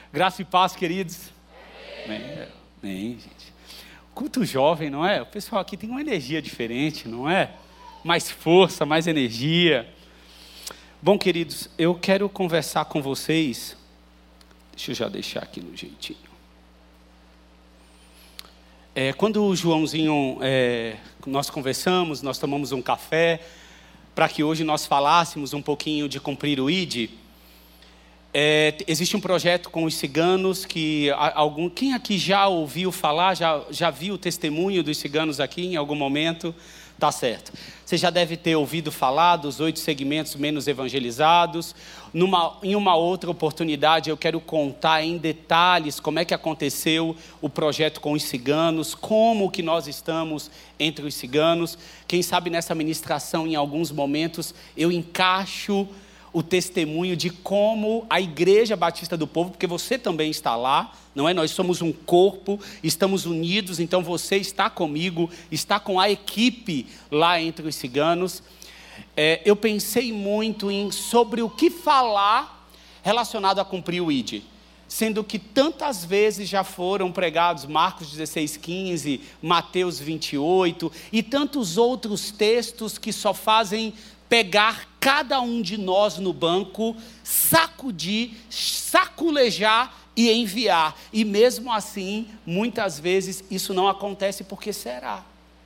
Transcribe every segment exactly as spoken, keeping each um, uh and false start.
Graça e paz, queridos. Amém. Amém, gente. Culto jovem, não é? O pessoal aqui tem uma energia diferente, não é? Mais força, mais energia. Bom, queridos, eu quero conversar com vocês. Deixa eu já deixar aqui no jeitinho. É, quando o Joãozinho, é, nós conversamos, nós tomamos um café, para que hoje nós falássemos um pouquinho de cumprir o I D. É, existe um projeto com os ciganos que algum, quem aqui já ouviu falar, já, já viu o testemunho dos ciganos aqui em algum momento? Tá certo. Você já deve ter ouvido falar dos oito segmentos menos evangelizados. Numa, em uma outra oportunidade eu quero contar em detalhes como é que aconteceu o projeto com os ciganos, como que nós estamos entre os ciganos. Quem sabe nessa ministração em alguns momentos eu encaixo o testemunho de como a Igreja Batista do Povo, porque você também está lá, não é? Nós somos um corpo, estamos unidos, então você está comigo, está com a equipe lá entre os ciganos. É, eu pensei muito em sobre o que falar relacionado a cumprir o I D, sendo que tantas vezes já foram pregados Marcos dezesseis, quinze, Mateus vinte e oito e tantos outros textos que só fazem pegar cada um de nós no banco, sacudir, saculejar e enviar. E mesmo assim, muitas vezes isso não acontece. Por que será?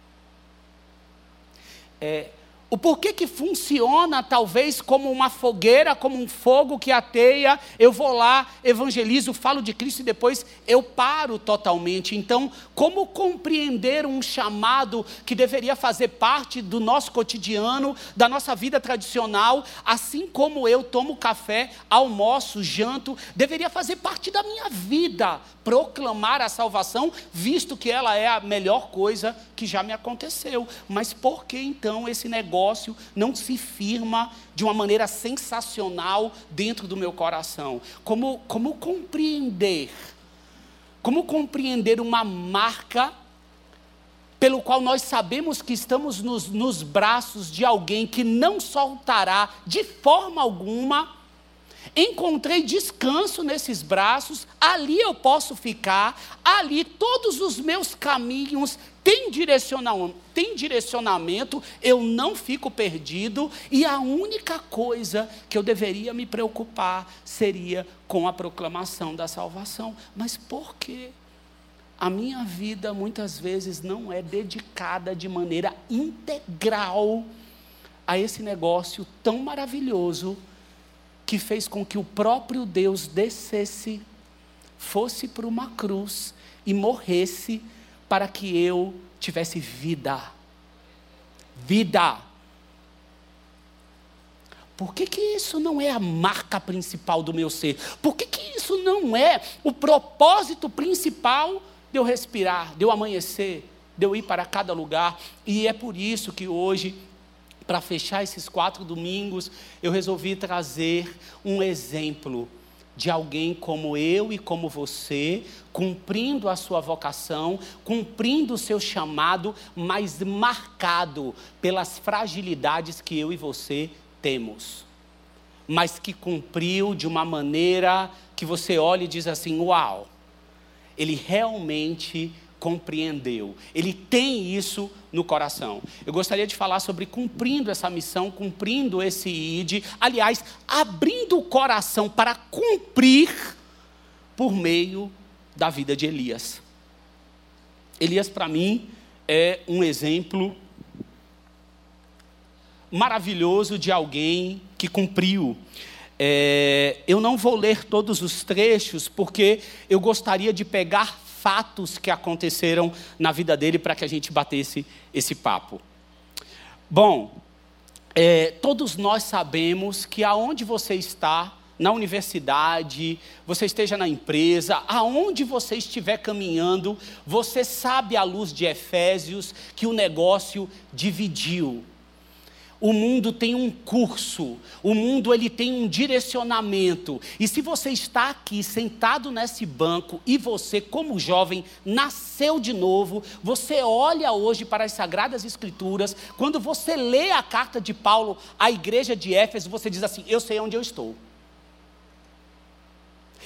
É, o porquê que funciona talvez como uma fogueira, como um fogo que ateia, eu vou lá, evangelizo, falo de Cristo e depois eu paro totalmente. Então, como compreender um chamado que deveria fazer parte do nosso cotidiano, da nossa vida tradicional, assim como eu tomo café, almoço, janto, deveria fazer parte da minha vida, proclamar a salvação, visto que ela é a melhor coisa que já me aconteceu. Mas por que então esse negócio não se firma de uma maneira sensacional dentro do meu coração? Como, como compreender? Como compreender uma marca pelo qual nós sabemos que estamos nos, nos braços de alguém que não soltará de forma alguma? Encontrei descanso nesses braços, ali eu posso ficar, ali todos os meus caminhos têm direcionamento, têm direcionamento, eu não fico perdido, e a única coisa que eu deveria me preocupar seria com a proclamação da salvação. Mas por quê? A minha vida muitas vezes não é dedicada de maneira integral a esse negócio tão maravilhoso que fez com que o próprio Deus descesse, fosse para uma cruz e morresse para que eu tivesse vida. Vida. Por que que isso não é a marca principal do meu ser? Por que que isso não é o propósito principal de eu respirar, de eu amanhecer, de eu ir para cada lugar? E é por isso que hoje, para fechar esses quatro domingos, eu resolvi trazer um exemplo de alguém como eu e como você, cumprindo a sua vocação, cumprindo o seu chamado, mas marcado pelas fragilidades que eu e você temos, mas que cumpriu de uma maneira que você olha e diz assim: uau, ele realmente compreendeu, ele tem isso no coração. Eu gostaria de falar sobre cumprindo essa missão, cumprindo esse I D, aliás, abrindo o coração para cumprir por meio da vida de Elias. Elias, para mim, é um exemplo maravilhoso de alguém que cumpriu. É, eu não vou ler todos os trechos, porque eu gostaria de pegar fatos que aconteceram na vida dele para que a gente batesse esse papo. Bom, é, todos nós sabemos que aonde você está, na universidade, você esteja na empresa, aonde você estiver caminhando, você sabe à luz de Efésios que o negócio dividiu. O mundo tem um curso, o mundo ele tem um direcionamento. E se você está aqui sentado nesse banco e você, como jovem, nasceu de novo, você olha hoje para as Sagradas Escrituras, quando você lê a carta de Paulo à igreja de Éfeso, você diz assim: eu sei onde eu estou.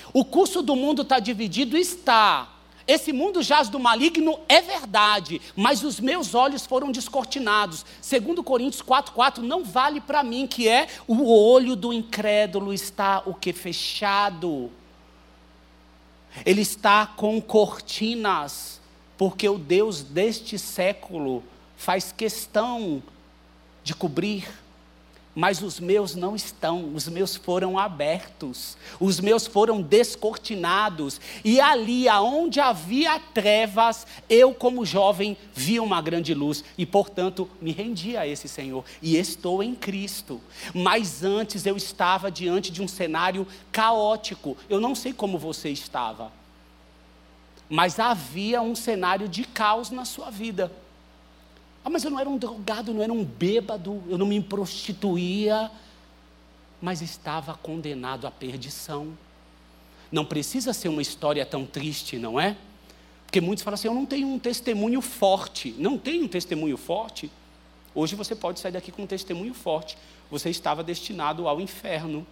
O curso do mundo está dividido? Está. Esse mundo jaz do maligno, é verdade, mas os meus olhos foram descortinados. Segundo Coríntios quatro, quatro, não vale para mim, que é o olho do incrédulo está o que? Fechado. Ele está com cortinas, porque o Deus deste século faz questão de cobrir. Mas os meus não estão, os meus foram abertos, os meus foram descortinados, e ali aonde havia trevas, eu como jovem vi uma grande luz, e portanto me rendi a esse Senhor, e estou em Cristo. Mas antes eu estava diante de um cenário caótico, eu não sei como você estava, mas havia um cenário de caos na sua vida. Ah, mas eu não era um drogado, eu não era um bêbado, eu não me prostituía, mas estava condenado à perdição. Não precisa ser uma história tão triste, não é? Porque muitos falam assim, eu não tenho um testemunho forte. Não tenho um testemunho forte? Hoje você pode sair daqui com um testemunho forte. Você estava destinado ao inferno.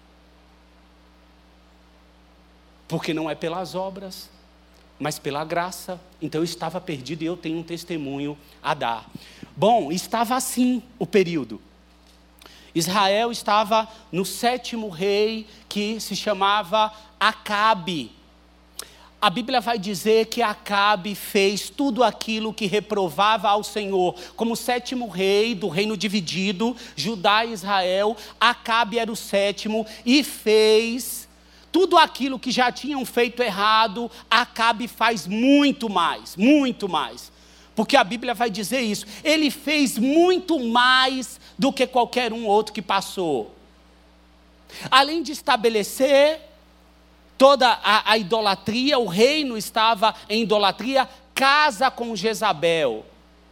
Porque não é pelas obras, mas pela graça. Então eu estava perdido e eu tenho um testemunho a dar. Bom, estava assim o período. Israel estava no sétimo rei, que se chamava Acabe. A Bíblia vai dizer que Acabe fez tudo aquilo que reprovava ao Senhor. Como sétimo rei do reino dividido, Judá e Israel, Acabe era o sétimo e fez tudo aquilo que já tinham feito errado. Acabe faz muito mais, muito mais. Porque a Bíblia vai dizer isso. Ele fez muito mais do que qualquer um outro que passou. Além de estabelecer toda a, a idolatria, o reino estava em idolatria, casa com Jezabel.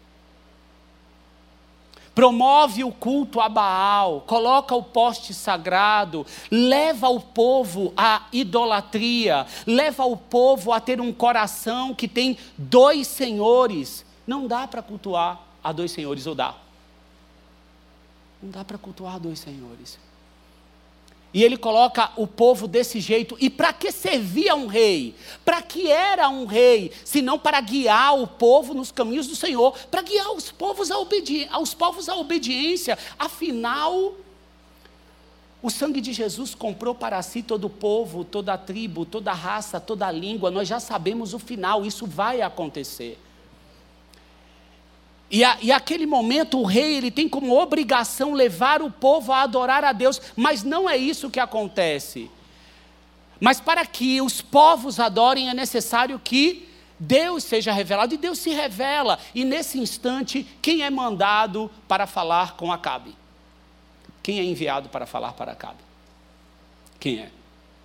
Promove o culto a Baal, coloca o poste sagrado, leva o povo à idolatria, leva o povo a ter um coração que tem dois senhores. Não dá para cultuar a dois senhores, ou dá? Não dá para cultuar a dois senhores. E ele coloca o povo desse jeito. E para que servia um rei? Para que era um rei? Senão para guiar o povo nos caminhos do Senhor. Para guiar os povos à obedi- aos povos à obediência. Afinal, o sangue de Jesus comprou para si todo o povo, toda a tribo, toda a raça, toda a língua. Nós já sabemos o final, isso vai acontecer. E, a, e aquele momento o rei ele tem como obrigação levar o povo a adorar a Deus, mas não é isso que acontece. Mas para que os povos adorem é necessário que Deus seja revelado, e Deus se revela. E nesse instante, quem é mandado para falar com Acabe? Quem é enviado para falar para Acabe? Quem é?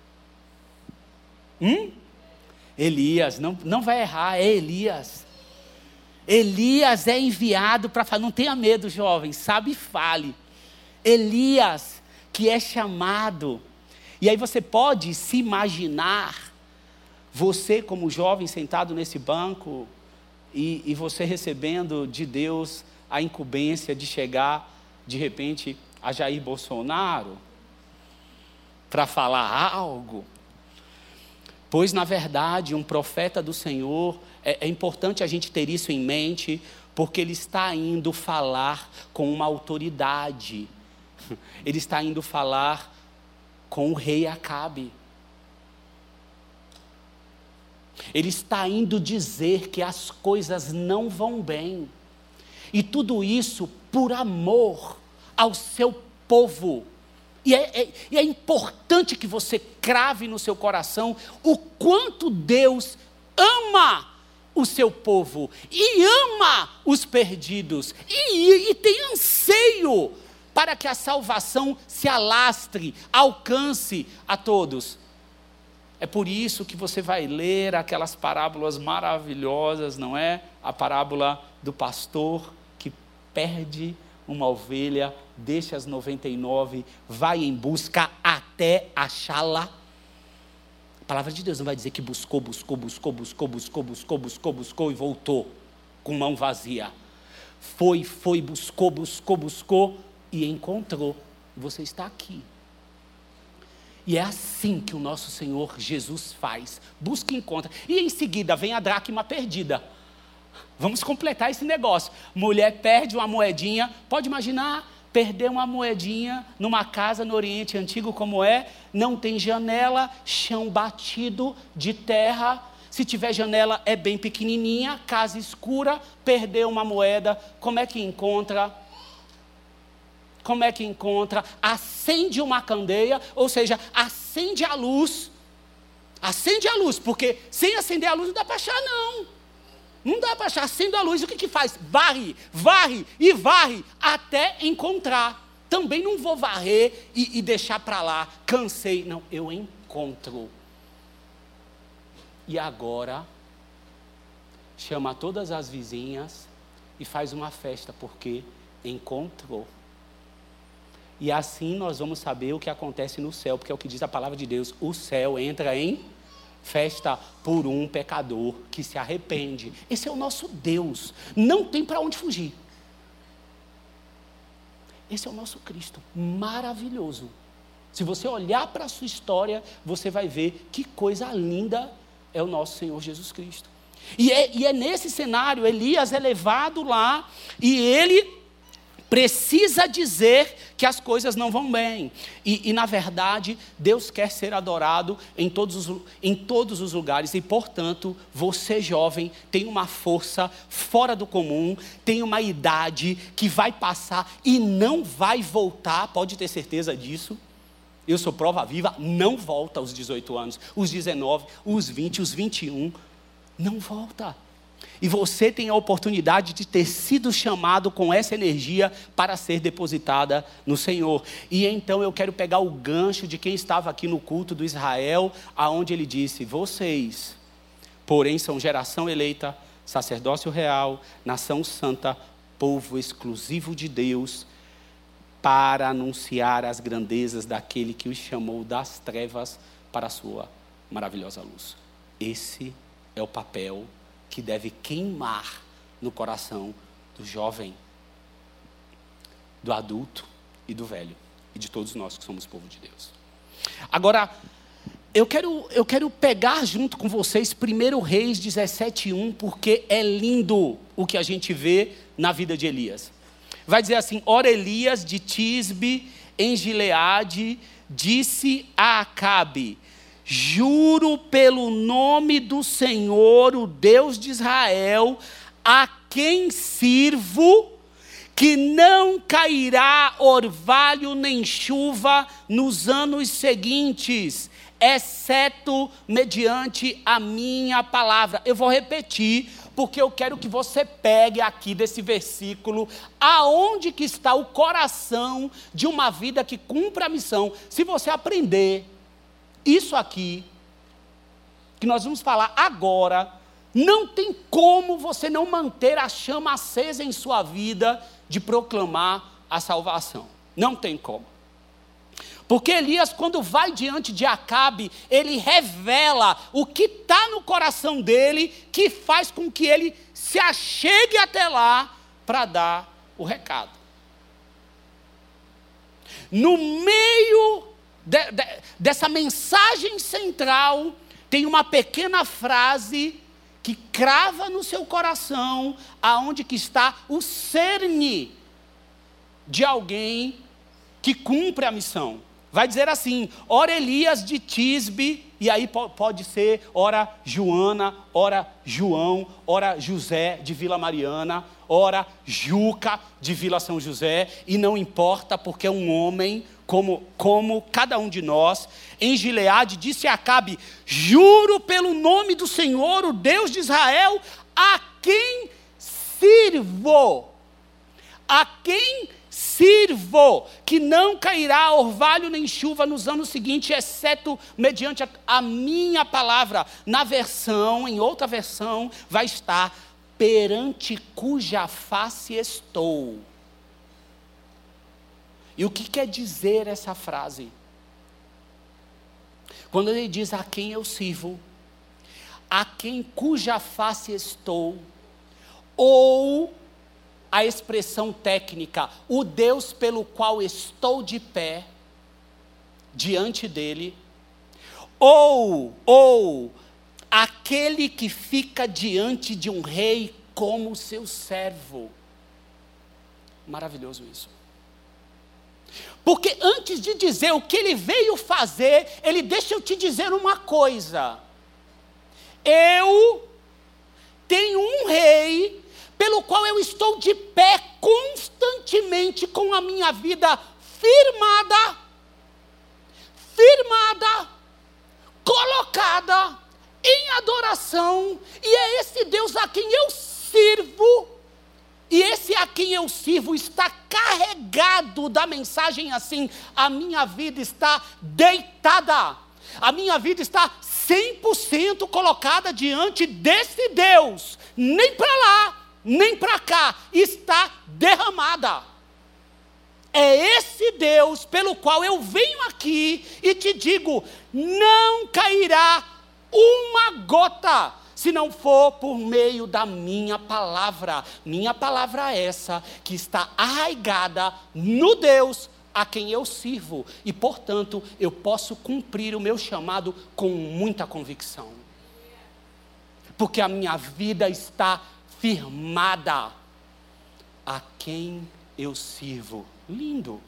Hum? Elias, não, não vai errar, é Elias. Elias é enviado para falar, não tenha medo, jovem, sabe e fale. Elias, que é chamado. E aí você pode se imaginar, você como jovem sentado nesse banco, e, e você recebendo de Deus a incumbência de chegar, de repente, a Jair Bolsonaro, para falar algo. Pois, na verdade, um profeta do Senhor, é, é importante a gente ter isso em mente, porque ele está indo falar com uma autoridade. Ele está indo falar com o rei Acabe. Ele está indo dizer que as coisas não vão bem. E tudo isso por amor ao seu povo. E é, é, e é importante que você crave no seu coração o quanto Deus ama o seu povo e ama os perdidos e, e tem anseio para que a salvação se alastre, alcance a todos. É por isso que você vai ler aquelas parábolas maravilhosas, não é? A parábola do pastor que perde uma ovelha, deixa as noventa e nove, vai em busca até achá-la. A palavra de Deus não vai dizer que buscou, buscou, buscou, buscou, buscou, buscou, buscou, buscou e voltou com mão vazia. Foi, foi, buscou, buscou, buscou e encontrou. Você está aqui. E é assim que o nosso Senhor Jesus faz. Busca e encontra. E em seguida vem a dracma perdida. Vamos completar esse negócio. Mulher perde uma moedinha. Pode imaginar perder uma moedinha numa casa no Oriente Antigo como é. Não tem janela, chão batido de terra. Se tiver janela é bem pequenininha, casa escura, perdeu uma moeda. Como é que encontra? Como é que encontra? Acende uma candeia, ou seja, acende a luz. Acende a luz, porque sem acender a luz não dá para achar não. Não dá para achar. Acende a luz, o que que faz? Varre, varre e varre até encontrar. Também não vou varrer e, e deixar para lá. Cansei. Não, eu encontro. E agora, chama todas as vizinhas e faz uma festa, porque encontrou. E assim nós vamos saber o que acontece no céu, porque é o que diz a palavra de Deus. O céu entra em festa por um pecador que se arrepende. Esse é o nosso Deus. Não tem para onde fugir. Esse é o nosso Cristo, maravilhoso. Se você olhar para a sua história, você vai ver que coisa linda é o nosso Senhor Jesus Cristo. E é, e é nesse cenário, Elias é levado lá e ele precisa dizer que as coisas não vão bem. E, e na verdade, Deus quer ser adorado em todos, os, em todos os lugares. E, portanto, você jovem tem uma força fora do comum, tem uma idade que vai passar e não vai voltar, pode ter certeza disso. Eu sou prova viva, não volta aos dezoito anos, os dezenove, os vinte, os vinte e um, não volta. E você tem a oportunidade de ter sido chamado com essa energia para ser depositada no Senhor. E então eu quero pegar o gancho de quem estava aqui no culto do Israel, aonde ele disse: vocês, porém, são geração eleita, sacerdócio real, nação santa, povo exclusivo de Deus, para anunciar as grandezas daquele que os chamou das trevas para a sua maravilhosa luz. Esse é o papel que deve queimar no coração do jovem, do adulto e do velho, e de todos nós que somos povo de Deus. Agora, eu quero, eu quero pegar junto com vocês primeiro Reis dezessete, um, porque é lindo o que a gente vê na vida de Elias. Vai dizer assim: ora Elias de Tisbe, em Gileade, disse a Acabe: juro pelo nome do Senhor, o Deus de Israel, a quem sirvo, que não cairá orvalho nem chuva nos anos seguintes, exceto mediante a minha palavra. Eu vou repetir, porque eu quero que você pegue aqui desse versículo, aonde que está o coração de uma vida que cumpre a missão. Se você aprender isso aqui, que nós vamos falar agora, não tem como você não manter a chama acesa em sua vida de proclamar a salvação. Não tem como. Porque Elias, quando vai diante de Acabe, ele revela o que está no coração dele, que faz com que ele se achegue até lá para dar o recado. No meio De, de, dessa mensagem central, tem uma pequena frase que crava no seu coração, aonde que está o cerne de alguém que cumpre a missão. Vai dizer assim: ora Elias de Tisbe, e aí pode ser ora Joana, ora João, ora José de Vila Mariana, ora Juca de Vila São José, e não importa, porque é um homem como, como cada um de nós. Em Gileade disse a Acabe: juro pelo nome do Senhor, o Deus de Israel, a quem sirvo, a quem sirvo, que não cairá orvalho nem chuva nos anos seguintes, exceto mediante a, a minha palavra. Na versão, em outra versão, vai estar: perante cuja face estou. E o que quer dizer essa frase? Quando ele diz a quem eu sirvo, a quem cuja face estou, ou a expressão técnica, o Deus pelo qual estou de pé, diante dele, ou, ou aquele que fica diante de um rei como seu servo. Maravilhoso isso. Porque antes de dizer o que ele veio fazer, ele deixa eu te dizer uma coisa. Eu tenho um rei pelo qual eu estou de pé constantemente com a minha vida firmada, firmada, colocada em adoração, e é esse Deus a quem eu sirvo, e esse a quem eu sirvo está carregado da mensagem assim: a minha vida está deitada, a minha vida está cem por cento colocada diante desse Deus, nem para lá, nem para cá, está derramada. É esse Deus pelo qual eu venho aqui e te digo: não cairá uma gota, se não for por meio da minha palavra. Minha palavra é essa, que está arraigada no Deus a quem eu sirvo. E, portanto, eu posso cumprir o meu chamado com muita convicção. Porque a minha vida está firmada a quem eu sirvo. Lindo.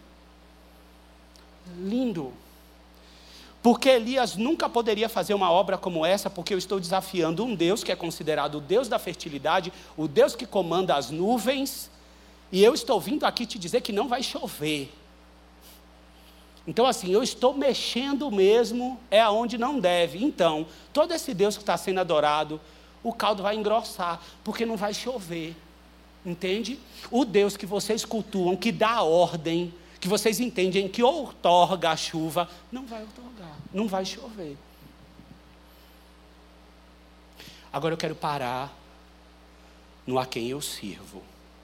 Lindo. Porque Elias nunca poderia fazer uma obra como essa, porque eu estou desafiando um Deus que é considerado o Deus da fertilidade, o Deus que comanda as nuvens, e eu estou vindo aqui te dizer que não vai chover. Então assim, eu estou mexendo mesmo, é aonde não deve. Então, todo esse Deus que está sendo adorado, o caldo vai engrossar, porque não vai chover. Entende? O Deus que vocês cultuam, que dá a ordem, que vocês entendem que outorga a chuva, não vai outorgar, não vai chover. Agora eu quero parar no a quem eu sirvo.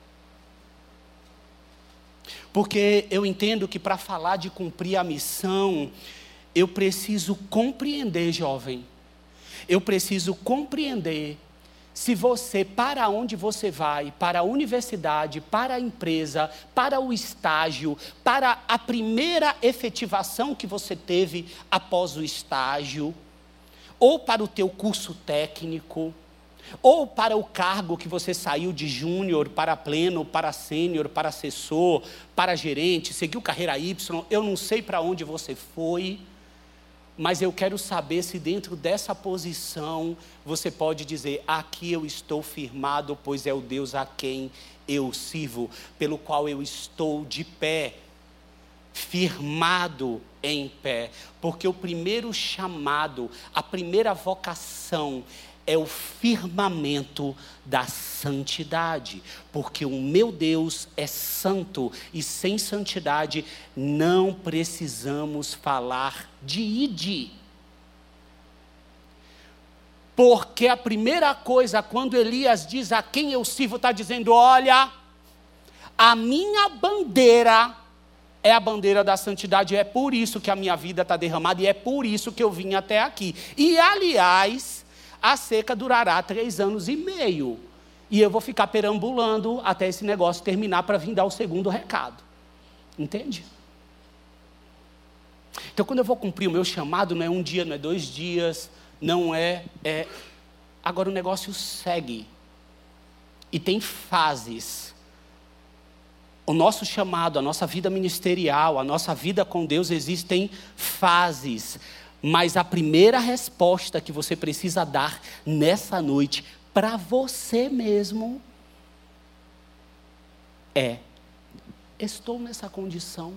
Porque eu entendo que para falar de cumprir a missão, eu preciso compreender, jovem, eu preciso compreender se você, para onde você vai, para a universidade, para a empresa, para o estágio, para a primeira efetivação que você teve após o estágio, ou para o teu curso técnico, ou para o cargo que você saiu de júnior para pleno, para sênior, para assessor, para gerente, seguiu carreira Y, eu não sei para onde você foi, mas eu quero saber se dentro dessa posição você pode dizer: aqui eu estou firmado, pois é o Deus a quem eu sirvo, pelo qual eu estou de pé, firmado em pé. Porque o primeiro chamado, a primeira vocação é o firmamento da santidade, porque o meu Deus é santo, e sem santidade não precisamos falar de ide. Porque a primeira coisa, quando Elias diz a quem eu sirvo, está dizendo: olha, a minha bandeira é a bandeira da santidade, é por isso que a minha vida está derramada, e é por isso que eu vim até aqui. E aliás, a seca durará três anos e meio. E eu vou ficar perambulando até esse negócio terminar para vir dar o segundo recado. Entende? Então, quando eu vou cumprir o meu chamado, não é um dia, não é dois dias, não é... é... Agora o negócio segue. E tem fases. O nosso chamado, a nossa vida ministerial, a nossa vida com Deus, existem fases. Mas a primeira resposta que você precisa dar nessa noite, para você mesmo, é: estou nessa condição.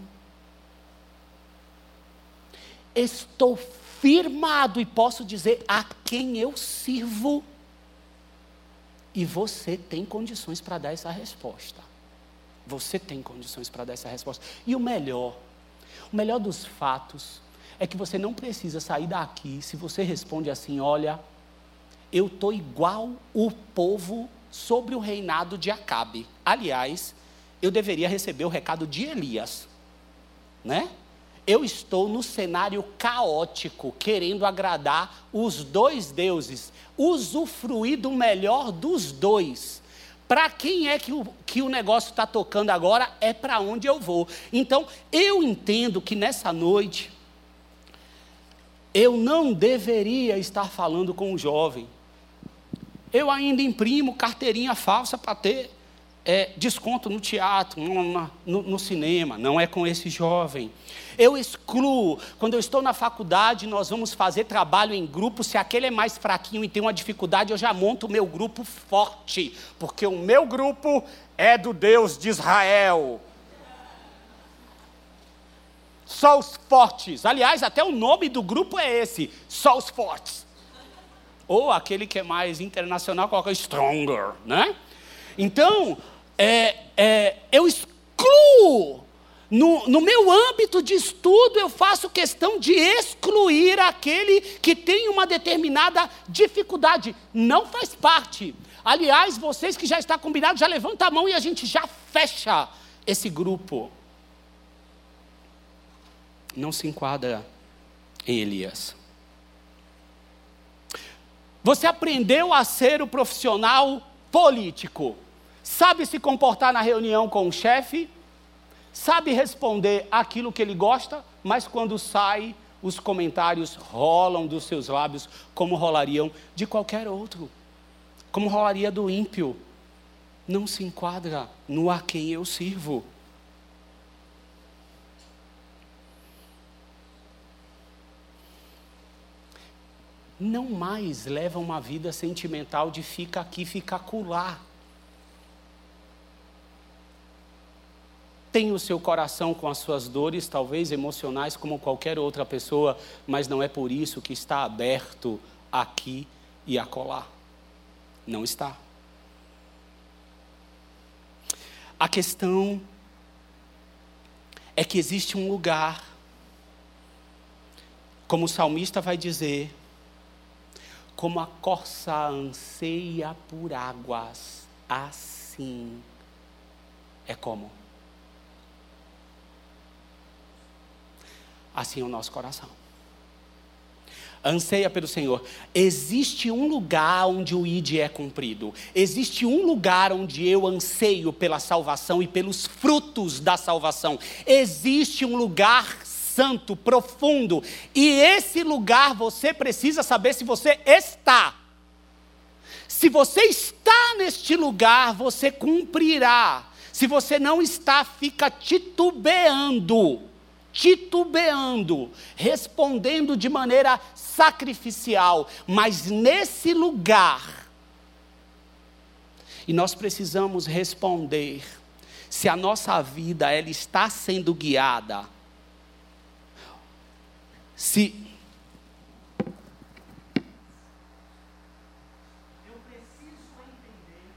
Estou firmado e posso dizer a quem eu sirvo. E você tem condições para dar essa resposta. Você tem condições para dar essa resposta. E o melhor, o melhor dos fatos, é que você não precisa sair daqui se você responde assim: olha, eu estou igual o povo sobre o reinado de Acabe. Aliás, eu deveria receber o recado de Elias, né? Eu estou no cenário caótico, querendo agradar os dois deuses, usufruir do melhor dos dois. Para quem é que o, que o negócio está tocando agora, é para onde eu vou. Então, eu entendo que nessa noite, eu não deveria estar falando com o jovem. Eu ainda imprimo carteirinha falsa para ter é, desconto no teatro, no, no, no cinema. Não é com esse jovem. Eu excluo. Quando eu estou na faculdade, nós vamos fazer trabalho em grupo. Se aquele é mais fraquinho e tem uma dificuldade, eu já monto o meu grupo forte. Porque o meu grupo é do Deus de Israel. Só os fortes. Aliás, até o nome do grupo é esse. Só os fortes. Ou aquele que é mais internacional, coloca stronger, né? Então, é, é, eu excluo. No, no meu âmbito de estudo, eu faço questão de excluir aquele que tem uma determinada dificuldade. Não faz parte. Aliás, vocês que já estão combinados, já levanta a mão e a gente já fecha esse grupo. Não se enquadra em Elias. Você aprendeu a ser o profissional político. Sabe se comportar na reunião com o chefe. Sabe responder aquilo que ele gosta. Mas quando sai, os comentários rolam dos seus lábios como rolariam de qualquer outro. Como rolaria do ímpio. Não se enquadra no a quem eu sirvo. Não mais leva uma vida sentimental de fica aqui, fica acolá. Tem o seu coração com as suas dores, talvez emocionais, como qualquer outra pessoa, mas não é por isso que está aberto aqui e acolá. Não está. A questão é que existe um lugar, como o salmista vai dizer, como a corça anseia por águas, assim é como? Assim é o nosso coração. Anseia pelo Senhor. Existe um lugar onde o I D é cumprido. Existe um lugar onde eu anseio pela salvação e pelos frutos da salvação. Existe um lugar santo, profundo. E esse lugar você precisa saber se você está. Se você está neste lugar, você cumprirá. Se você não está, fica titubeando. Titubeando. Respondendo de maneira sacrificial. Mas nesse lugar. E nós precisamos responder. Se a nossa vida ela está sendo guiada. Se eu preciso entender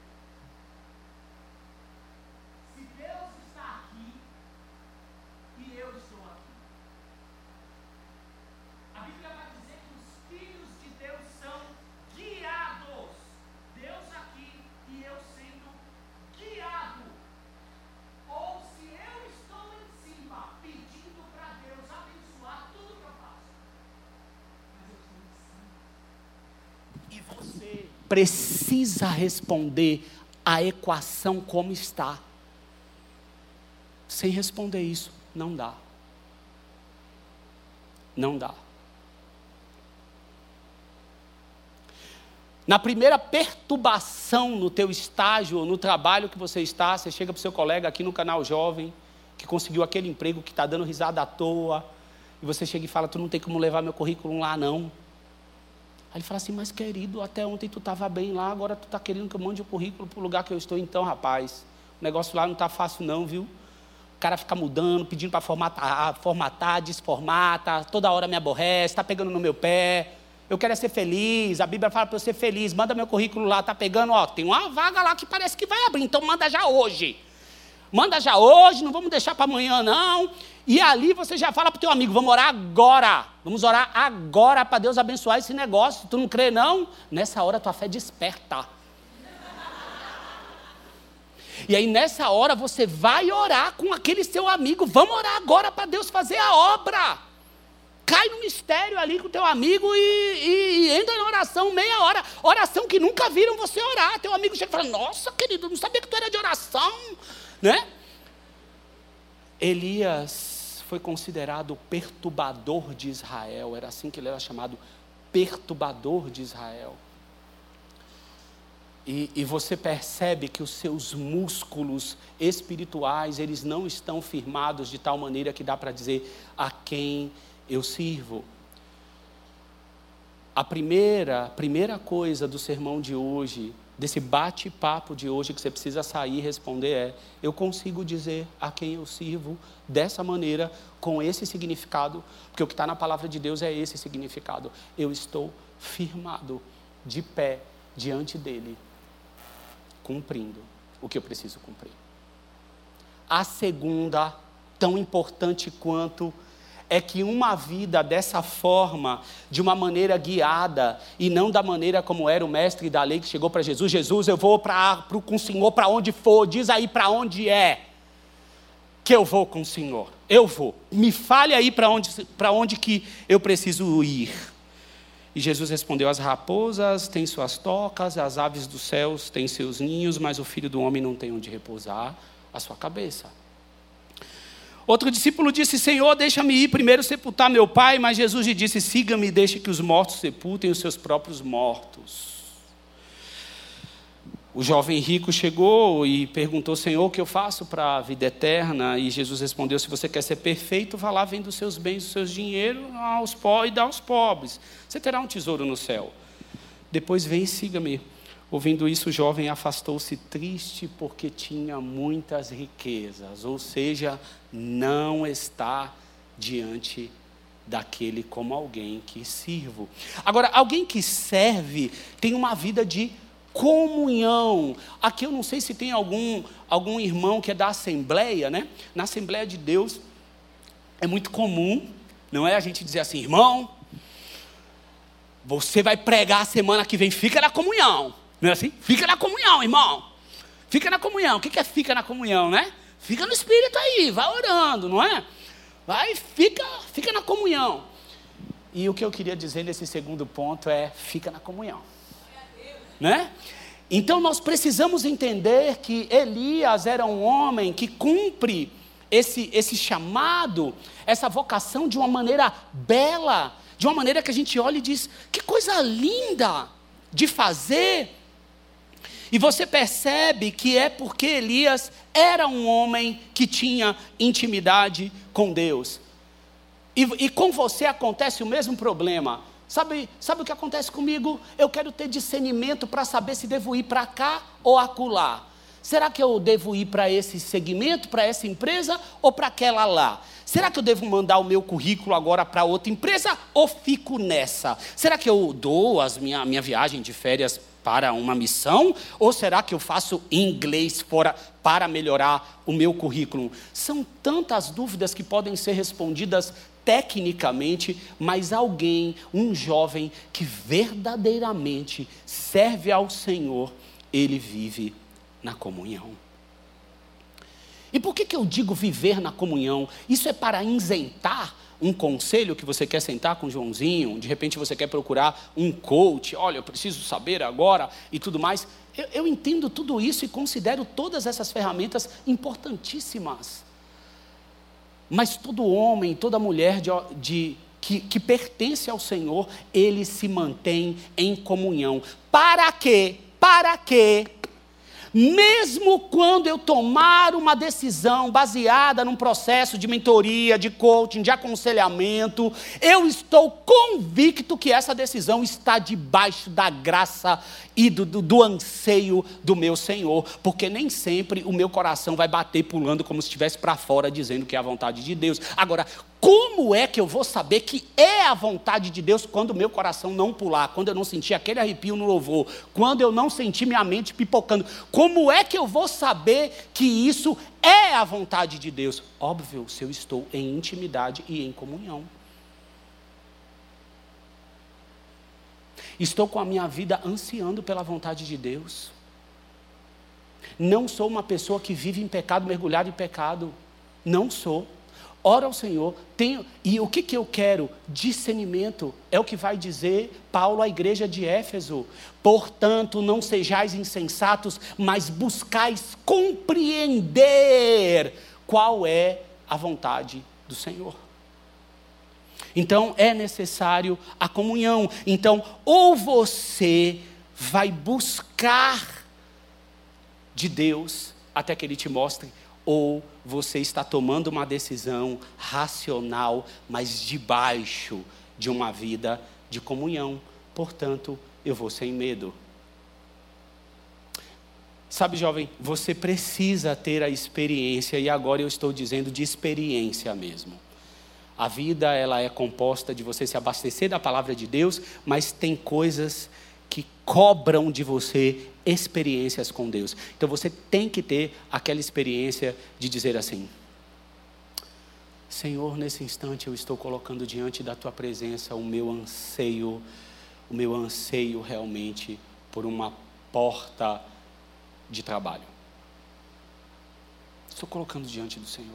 se Deus está aqui e eu estou aqui. A Bíblia vai dizer que os filhos de Deus são guiados. Deus aqui e eu sendo guiado. Ou se eu estou em cima pedindo para Deus abençoar tudo que eu faço. E você precisa responder a equação como está. Sem responder isso, não dá. Não dá. Na primeira perturbação no teu estágio ou no trabalho que você está, você chega para o seu colega aqui no canal Jovem, que conseguiu aquele emprego, que está dando risada à toa, e você chega e fala, tu não tem como levar meu currículo lá não. Aí ele fala assim, mas querido, até ontem tu estava bem lá, agora tu está querendo que eu mande o currículo para o lugar que eu estou. Então, rapaz, o negócio lá não está fácil não, viu? O cara fica mudando, pedindo para formatar, formatar, desformata, toda hora me aborrece, está pegando no meu pé. Eu quero é ser feliz, a Bíblia fala para eu ser feliz, manda meu currículo lá, está pegando, ó, tem uma vaga lá que parece que vai abrir, então manda já hoje. Manda já hoje, não vamos deixar para amanhã não. E ali você já fala para o teu amigo, vamos orar agora. Vamos orar agora para Deus abençoar esse negócio. Tu não crê não? Nessa hora tua fé desperta. E aí nessa hora você vai orar com aquele seu amigo. Vamos orar agora para Deus fazer a obra. Cai no mistério ali com o teu amigo e, e, e entra na oração meia hora. Oração que nunca viram você orar. Teu amigo chega e fala, nossa querido, não sabia que tu era de oração. Né? Elias foi considerado o perturbador de Israel. Era assim que ele era chamado, perturbador de Israel. E, e você percebe que os seus músculos espirituais, eles não estão firmados de tal maneira que dá para dizer a quem eu sirvo. A primeira, primeira coisa do sermão de hoje, desse bate-papo de hoje que você precisa sair e responder é: eu consigo dizer a quem eu sirvo dessa maneira, com esse significado, porque o que está na palavra de Deus é esse significado. Eu estou firmado, de pé, diante dele, cumprindo o que eu preciso cumprir. A segunda, tão importante quanto, é que uma vida dessa forma, de uma maneira guiada, e não da maneira como era o mestre da lei que chegou para Jesus: Jesus, eu vou pra, pro, com o Senhor para onde for, diz aí para onde é, que eu vou com o Senhor, eu vou, me fale aí para onde, para onde que eu preciso ir. E Jesus respondeu: as raposas têm suas tocas, as aves dos céus têm seus ninhos, mas o Filho do Homem não tem onde repousar a sua cabeça. Outro discípulo disse: Senhor, deixa-me ir primeiro sepultar meu pai. Mas Jesus lhe disse: siga-me e deixe que os mortos sepultem os seus próprios mortos. O jovem rico chegou e perguntou: Senhor, o que eu faço para a vida eterna? E Jesus respondeu: se você quer ser perfeito, vá lá, venda os seus bens, os seus dinheiros aos pobres, e dá aos pobres. Você terá um tesouro no céu. Depois vem e siga-me. Ouvindo isso, o jovem afastou-se triste porque tinha muitas riquezas. Ou seja, não está diante daquele como alguém que sirvo. Agora, alguém que serve tem uma vida de comunhão. Aqui eu não sei se tem algum, algum irmão que é da Assembleia, né? Na Assembleia de Deus é muito comum, não é, a gente dizer assim: irmão, você vai pregar a semana que vem, fica na comunhão. Não é assim? Fica na comunhão, irmão. Fica na comunhão. O que é fica na comunhão, né? Fica no Espírito aí, vai orando, não é? Vai, fica, fica na comunhão. E o que eu queria dizer nesse segundo ponto é: fica na comunhão. Né? Então nós precisamos entender que Elias era um homem que cumpre esse, esse chamado, essa vocação de uma maneira bela, de uma maneira que a gente olha e diz: que coisa linda de fazer. E você percebe que é porque Elias era um homem que tinha intimidade com Deus. E, e com você acontece o mesmo problema. Sabe, sabe o que acontece comigo? Eu quero ter discernimento para saber se devo ir para cá ou acolá. Será que eu devo ir para esse segmento, para essa empresa ou para aquela lá? Será que eu devo mandar o meu currículo agora para outra empresa ou fico nessa? Será que eu dou a minha, minha viagem de férias para uma missão? Ou será que eu faço inglês fora para melhorar o meu currículo? São tantas dúvidas que podem ser respondidas tecnicamente, mas alguém, um jovem que verdadeiramente serve ao Senhor, ele vive na comunhão. E por que que eu digo viver na comunhão? Isso é para isentar um conselho que você quer sentar com o Joãozinho, de repente você quer procurar um coach, olha, eu preciso saber agora e tudo mais. Eu, eu entendo tudo isso e considero todas essas ferramentas importantíssimas. Mas todo homem, toda mulher de, de, que, que pertence ao Senhor, ele se mantém em comunhão. Para quê? Para quê? Mesmo quando eu tomar uma decisão baseada num processo de mentoria, de coaching, de aconselhamento, eu estou convicto que essa decisão está debaixo da graça e do, do, do anseio do meu Senhor, porque nem sempre o meu coração vai bater pulando como se estivesse para fora, dizendo que é a vontade de Deus. Agora, como é que eu vou saber que é a vontade de Deus quando o meu coração não pular, quando eu não sentir aquele arrepio no louvor, quando eu não sentir minha mente pipocando? Como é que eu vou saber que isso é a vontade de Deus? Óbvio, se eu estou em intimidade e em comunhão. Estou com a minha vida ansiando pela vontade de Deus. Não sou uma pessoa que vive em pecado, mergulhado em pecado. Não sou. Oro ao Senhor, tenho, e o que, que eu quero? Discernimento, é o que vai dizer Paulo à igreja de Éfeso. Portanto, não sejais insensatos, mas buscais compreender qual é a vontade do Senhor. Então é necessário a comunhão. Então, ou você vai buscar de Deus até que Ele te mostre, ou você está tomando uma decisão racional, mas debaixo de uma vida de comunhão. Portanto, eu vou sem medo. Sabe, jovem, você precisa ter a experiência, e agora eu estou dizendo de experiência mesmo. A vida, ela é composta de você se abastecer da palavra de Deus, mas tem coisas que cobram de você experiências com Deus. Então você tem que ter aquela experiência de dizer assim: Senhor, nesse instante eu estou colocando diante da Tua presença o meu anseio, o meu anseio realmente por uma porta de trabalho. Estou colocando diante do Senhor.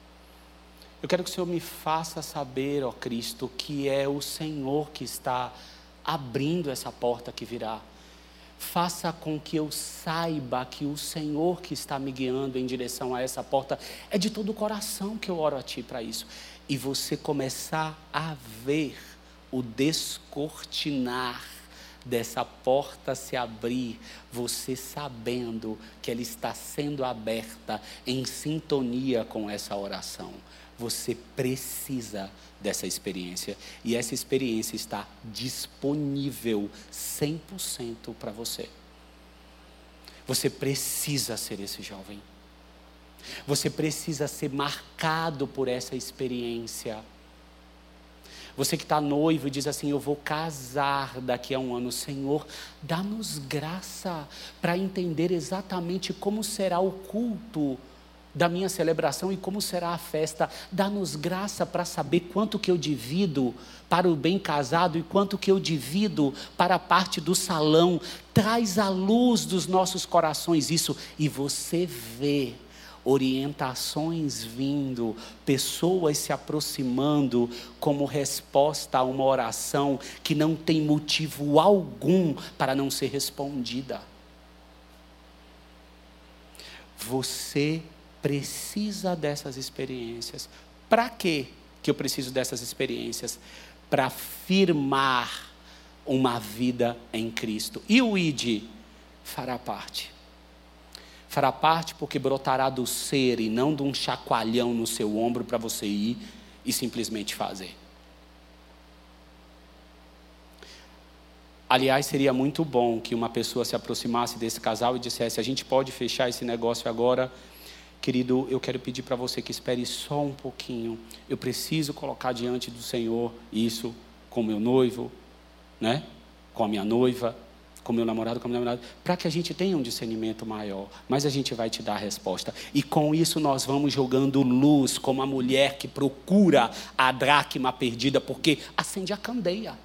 Eu quero que o Senhor me faça saber, ó Cristo, que é o Senhor que está abrindo essa porta que virá. Faça com que eu saiba que o Senhor que está me guiando em direção a essa porta. É de todo o coração que eu oro a Ti para isso. E você começar a ver o descortinar dessa porta se abrir, você sabendo que ela está sendo aberta em sintonia com essa oração. Você precisa dessa experiência, e essa experiência está disponível cem por cento para você. Você precisa ser esse jovem. Você precisa ser marcado por essa experiência. Você que está noivo e diz assim: eu vou casar daqui a um ano. Senhor, dá-nos graça para entender exatamente como será o culto da minha celebração e como será a festa. Dá-nos graça para saber quanto que eu divido para o bem casado e quanto que eu divido para a parte do salão. Traz à luz dos nossos corações isso, e você vê orientações vindo, pessoas se aproximando como resposta a uma oração que não tem motivo algum para não ser respondida. Você precisa dessas experiências. Para quê que eu preciso dessas experiências? Para firmar uma vida em Cristo. E o I D fará parte. Fará parte porque brotará do ser e não de um chacoalhão no seu ombro para você ir e simplesmente fazer. Aliás, seria muito bom que uma pessoa se aproximasse desse casal e dissesse: a gente pode fechar esse negócio agora? Querido, eu quero pedir para você que espere só um pouquinho. Eu preciso colocar diante do Senhor isso com meu noivo, né? Com a minha noiva, com meu namorado, com a minha namorada, para que a gente tenha um discernimento maior. Mas a gente vai te dar a resposta. E com isso nós vamos jogando luz, como a mulher que procura a dracma perdida, porque acende a candeia.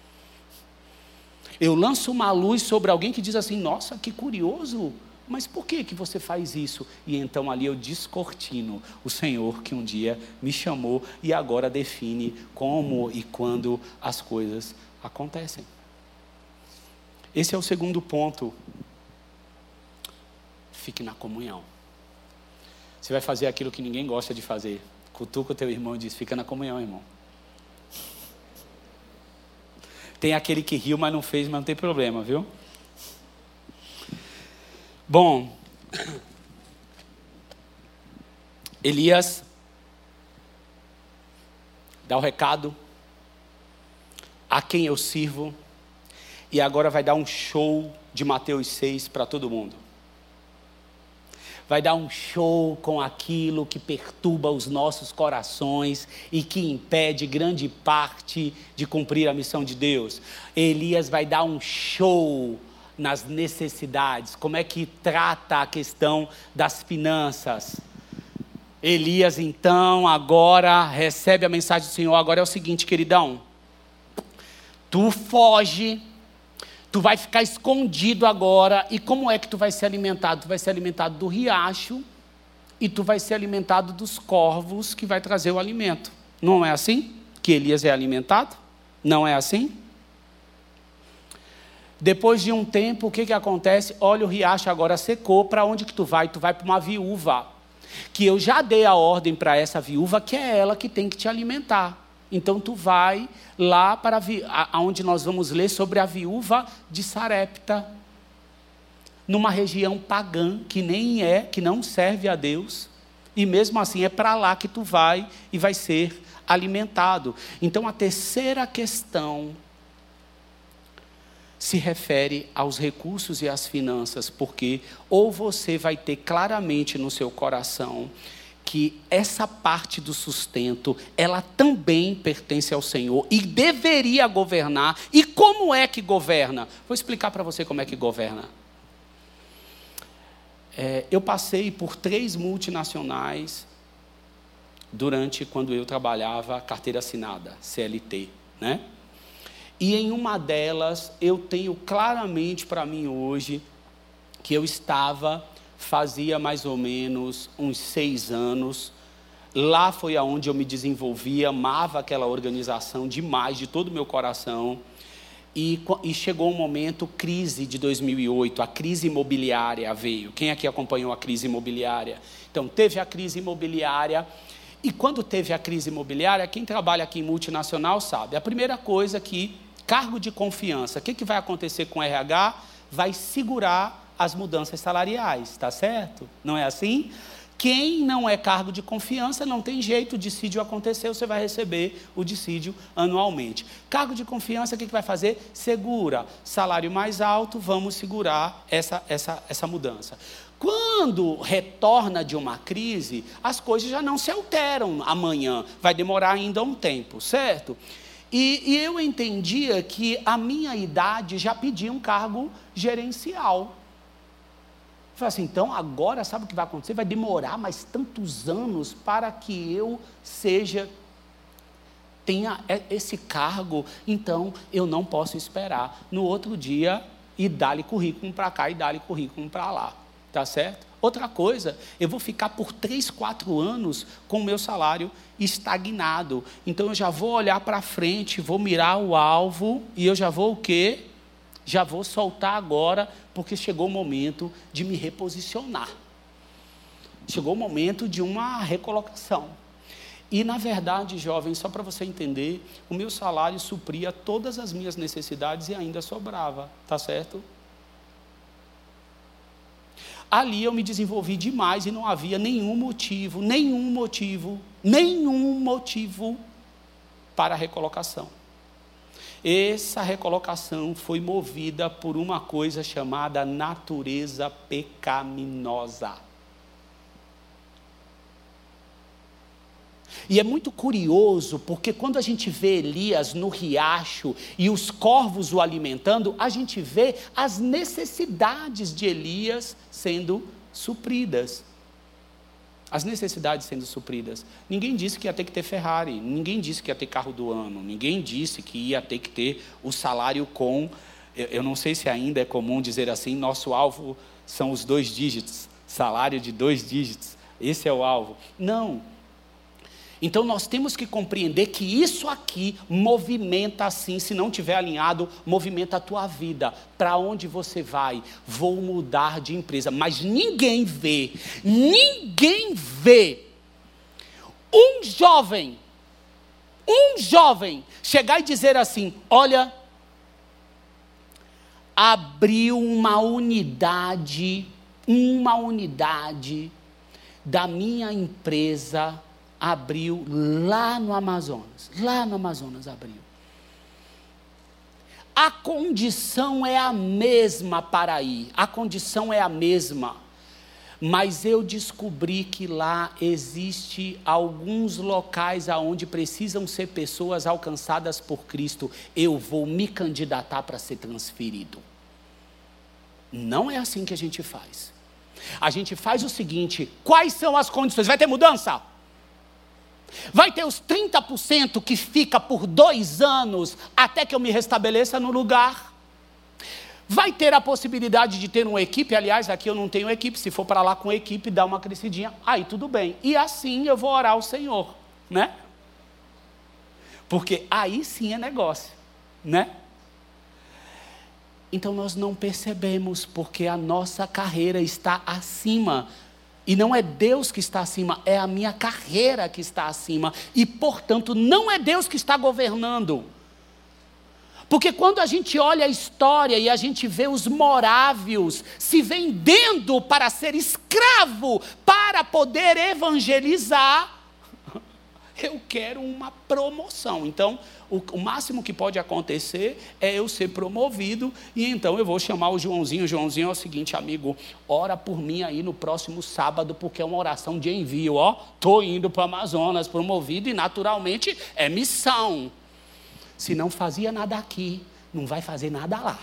Eu lanço uma luz sobre alguém que diz assim: nossa, que curioso, mas por que que você faz isso? E então ali eu descortino o Senhor que um dia me chamou e agora define como e quando as coisas acontecem. Esse é o segundo ponto. Fique na comunhão. Você vai fazer aquilo que ninguém gosta de fazer. Cutuca o teu irmão e diz: fica na comunhão, irmão. Tem aquele que riu, mas não fez, mas não tem problema, viu? Bom, Elias dá o recado a quem eu sirvo, e agora vai dar um show de Mateus seis para todo mundo. Vai dar um show com aquilo que perturba os nossos corações e que impede grande parte de cumprir a missão de Deus. Elias vai dar um show nas necessidades, como é que trata a questão das finanças. Elias então agora recebe a mensagem do Senhor. Agora é o seguinte, queridão, tu foge, tu vai ficar escondido agora. E como é que tu vai ser alimentado? Tu vai ser alimentado do riacho e tu vai ser alimentado dos corvos que vai trazer o alimento. Não é assim que Elias é alimentado? Não é assim? Depois de um tempo, o que que acontece? Olha, o riacho agora secou. Para onde que tu vai? Tu vai para uma viúva que eu já dei a ordem para essa viúva, que é ela que tem que te alimentar. Então tu vai lá para onde nós vamos ler sobre a viúva de Sarepta, numa região pagã, que nem é, que não serve a Deus, e mesmo assim é para lá que tu vai e vai ser alimentado. Então a terceira questão se refere aos recursos e às finanças, porque ou você vai ter claramente no seu coração que essa parte do sustento, ela também pertence ao Senhor e deveria governar. E como é que governa? Vou explicar para você como é que governa. É, eu passei por três multinacionais durante quando eu trabalhava carteira assinada, C L T, né? E em uma delas, eu tenho claramente para mim hoje, que eu estava, fazia mais ou menos uns seis anos, lá foi aonde eu me desenvolvi, amava aquela organização demais, de todo o meu coração, e, e chegou um momento, crise de dois mil e oito, a crise imobiliária veio. Quem aqui acompanhou a crise imobiliária? Então, teve a crise imobiliária, e quando teve a crise imobiliária, quem trabalha aqui em multinacional sabe, a primeira coisa que cargo de confiança, o que, que vai acontecer com o R H? Vai segurar as mudanças salariais, está certo? Não é assim? Quem não é cargo de confiança, não tem jeito, o dissídio aconteceu, você vai receber o dissídio anualmente. Cargo de confiança, o que, que vai fazer? Segura, salário mais alto, vamos segurar essa, essa, essa mudança. Quando retorna de uma crise, as coisas já não se alteram amanhã, vai demorar ainda um tempo, certo? E, e eu entendia que a minha idade já pedia um cargo gerencial. Eu falei assim, então agora sabe o que vai acontecer? Vai demorar mais tantos anos para que eu seja, tenha esse cargo, então eu não posso esperar. No outro dia, e dá-lhe currículo para cá e dá-lhe currículo para lá, tá certo? Outra coisa, eu vou ficar por três, quatro anos com o meu salário estagnado. Então eu já vou olhar para frente, vou mirar o alvo e eu já vou o quê? Já vou soltar agora, porque chegou o momento de me reposicionar. Chegou o momento de uma recolocação. E na verdade, jovem, só para você entender, o meu salário supria todas as minhas necessidades e ainda sobrava, tá certo? Ali eu me desenvolvi demais e não havia nenhum motivo, nenhum motivo, nenhum motivo para a recolocação. Essa recolocação foi movida por uma coisa chamada natureza pecaminosa. E é muito curioso, porque quando a gente vê Elias no riacho e os corvos o alimentando, a gente vê as necessidades de Elias sendo supridas. As necessidades sendo supridas. Ninguém disse que ia ter que ter Ferrari, ninguém disse que ia ter carro do ano, ninguém disse que ia ter que ter o salário com, eu não sei se ainda é comum dizer assim, nosso alvo são os dois dígitos, salário de dois dígitos, esse é o alvo. Não. Então nós temos que compreender que isso aqui movimenta assim, se não tiver alinhado, movimenta a tua vida. Para onde você vai? Vou mudar de empresa. Mas ninguém vê, ninguém vê um jovem, um jovem chegar e dizer assim, olha, abriu uma unidade, uma unidade da minha empresa, abriu lá no Amazonas, lá no Amazonas abriu. A condição é a mesma para ir, a condição é a mesma, mas eu descobri que lá existe alguns locais aonde precisam ser pessoas alcançadas por Cristo, eu vou me candidatar para ser transferido. Não é assim que a gente faz. A gente faz o seguinte, quais são as condições? Vai ter mudança? Vai ter os trinta por cento que fica por dois anos até que eu me restabeleça no lugar. Vai ter a possibilidade de ter uma equipe, aliás, aqui eu não tenho equipe, se for para lá com equipe, dá uma crescidinha, aí tudo bem. E assim eu vou orar ao Senhor, né? Porque aí sim é negócio, né? Então nós não percebemos, porque a nossa carreira está acima. E não é Deus que está acima, é a minha carreira que está acima. E, portanto, não é Deus que está governando. Porque quando a gente olha a história e a gente vê os morávios se vendendo para ser escravo, para poder evangelizar, eu quero uma promoção. Então, o, o máximo que pode acontecer é eu ser promovido, e então eu vou chamar o Joãozinho. O Joãozinho é o seguinte: amigo, ora por mim aí no próximo sábado, porque é uma oração de envio, ó. Estou indo para o Amazonas, promovido, e naturalmente é missão. Se não fazia nada aqui, não vai fazer nada lá.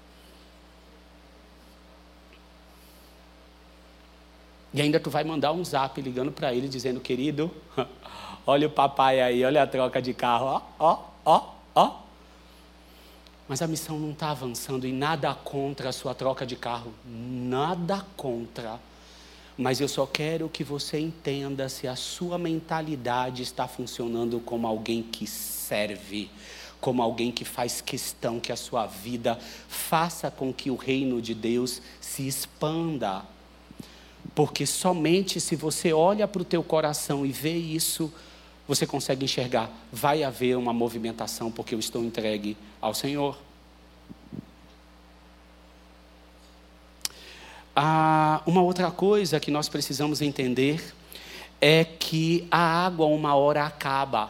E ainda tu vai mandar um zap ligando para ele, dizendo: querido, olha o papai aí, olha a troca de carro, ó, ó, ó, ó. Mas a missão não está avançando, e nada contra a sua troca de carro, nada contra. Mas eu só quero que você entenda se a sua mentalidade está funcionando como alguém que serve, como alguém que faz questão que a sua vida faça com que o reino de Deus se expanda. Porque somente se você olha para o teu coração e vê isso, você consegue enxergar, vai haver uma movimentação, porque eu estou entregue ao Senhor. Ah, uma outra coisa que nós precisamos entender é que a água uma hora acaba.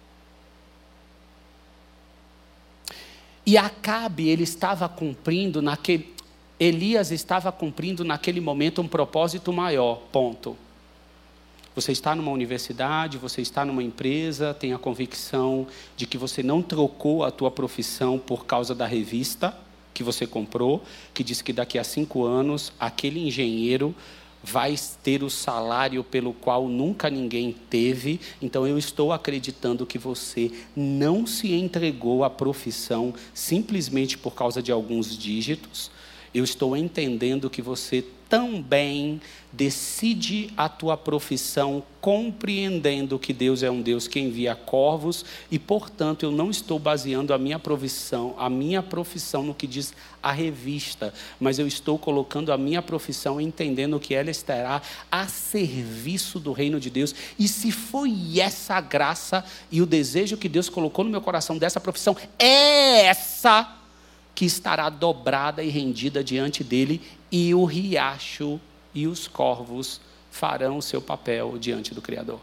E Acabe, ele estava cumprindo naquele... Elias estava cumprindo naquele momento um propósito maior, ponto. Você está numa universidade, você está numa empresa, tem a convicção de que você não trocou a tua profissão por causa da revista que você comprou, que diz que daqui a cinco anos, aquele engenheiro vai ter o salário pelo qual nunca ninguém teve. Então eu estou acreditando que você não se entregou à profissão simplesmente por causa de alguns dígitos. Eu estou entendendo que você também decide a tua profissão compreendendo que Deus é um Deus que envia corvos, e portanto eu não estou baseando a minha profissão, a minha profissão no que diz a revista, mas eu estou colocando a minha profissão entendendo que ela estará a serviço do reino de Deus. E se foi essa graça e o desejo que Deus colocou no meu coração dessa profissão, é essa que estará dobrada e rendida diante dele, e o riacho e os corvos farão o seu papel diante do Criador.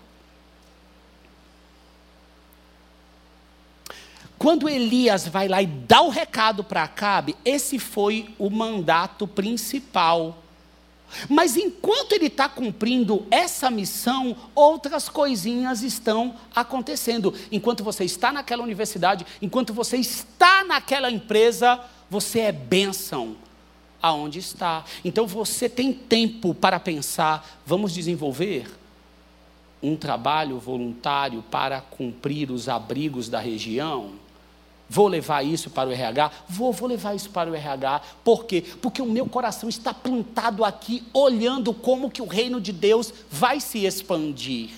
Quando Elias vai lá e dá o recado para Acabe, esse foi o mandato principal. Mas enquanto ele está cumprindo essa missão, outras coisinhas estão acontecendo. Enquanto você está naquela universidade, enquanto você está naquela empresa, você é bênção aonde está. Então você tem tempo para pensar: vamos desenvolver um trabalho voluntário para cumprir os abrigos da região? Vou levar isso para o R H? Vou, vou levar isso para o R H. Por quê? Porque o meu coração está plantado aqui, olhando como que o reino de Deus vai se expandir.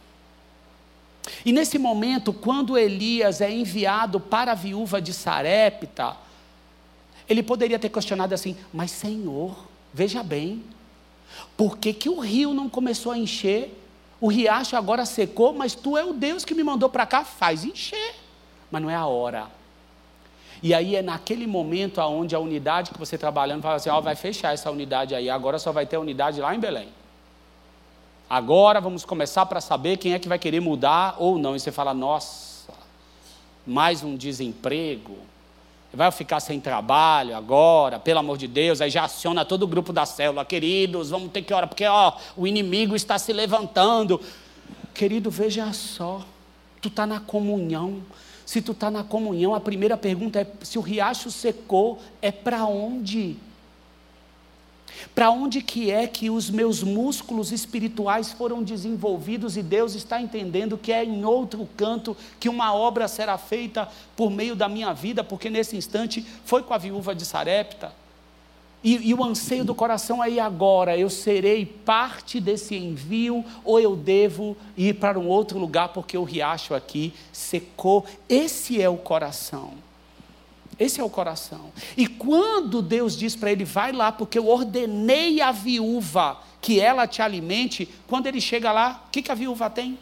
E nesse momento, quando Elias é enviado para a viúva de Sarepta, ele poderia ter questionado assim: mas Senhor, veja bem, por que que o rio não começou a encher? O riacho agora secou, mas tu é o Deus que me mandou para cá, faz encher. Mas não é a hora. E aí é naquele momento onde a unidade que você trabalhando fala assim: ó, vai fechar essa unidade aí, agora só vai ter a unidade lá em Belém. Agora vamos começar para saber quem é que vai querer mudar ou não. E você fala: nossa, mais um desemprego, vai ficar sem trabalho agora, pelo amor de Deus. Aí já aciona todo o grupo da célula: queridos, vamos ter que orar, porque ó, o inimigo está se levantando. Querido, veja só, tu está na comunhão. Se tu está na comunhão, a primeira pergunta é: se o riacho secou, é para onde? Para onde que é que os meus músculos espirituais foram desenvolvidos, e Deus está entendendo que é em outro canto que uma obra será feita por meio da minha vida? Porque nesse instante foi com a viúva de Sarepta. E, e o anseio do coração é: e agora? Eu serei parte desse envio, ou eu devo ir para um outro lugar porque o riacho aqui secou? Esse é o coração. Esse é o coração. E quando Deus diz para ele, vai lá, porque eu ordenei à viúva que ela te alimente, quando ele chega lá, o que, que a viúva tem?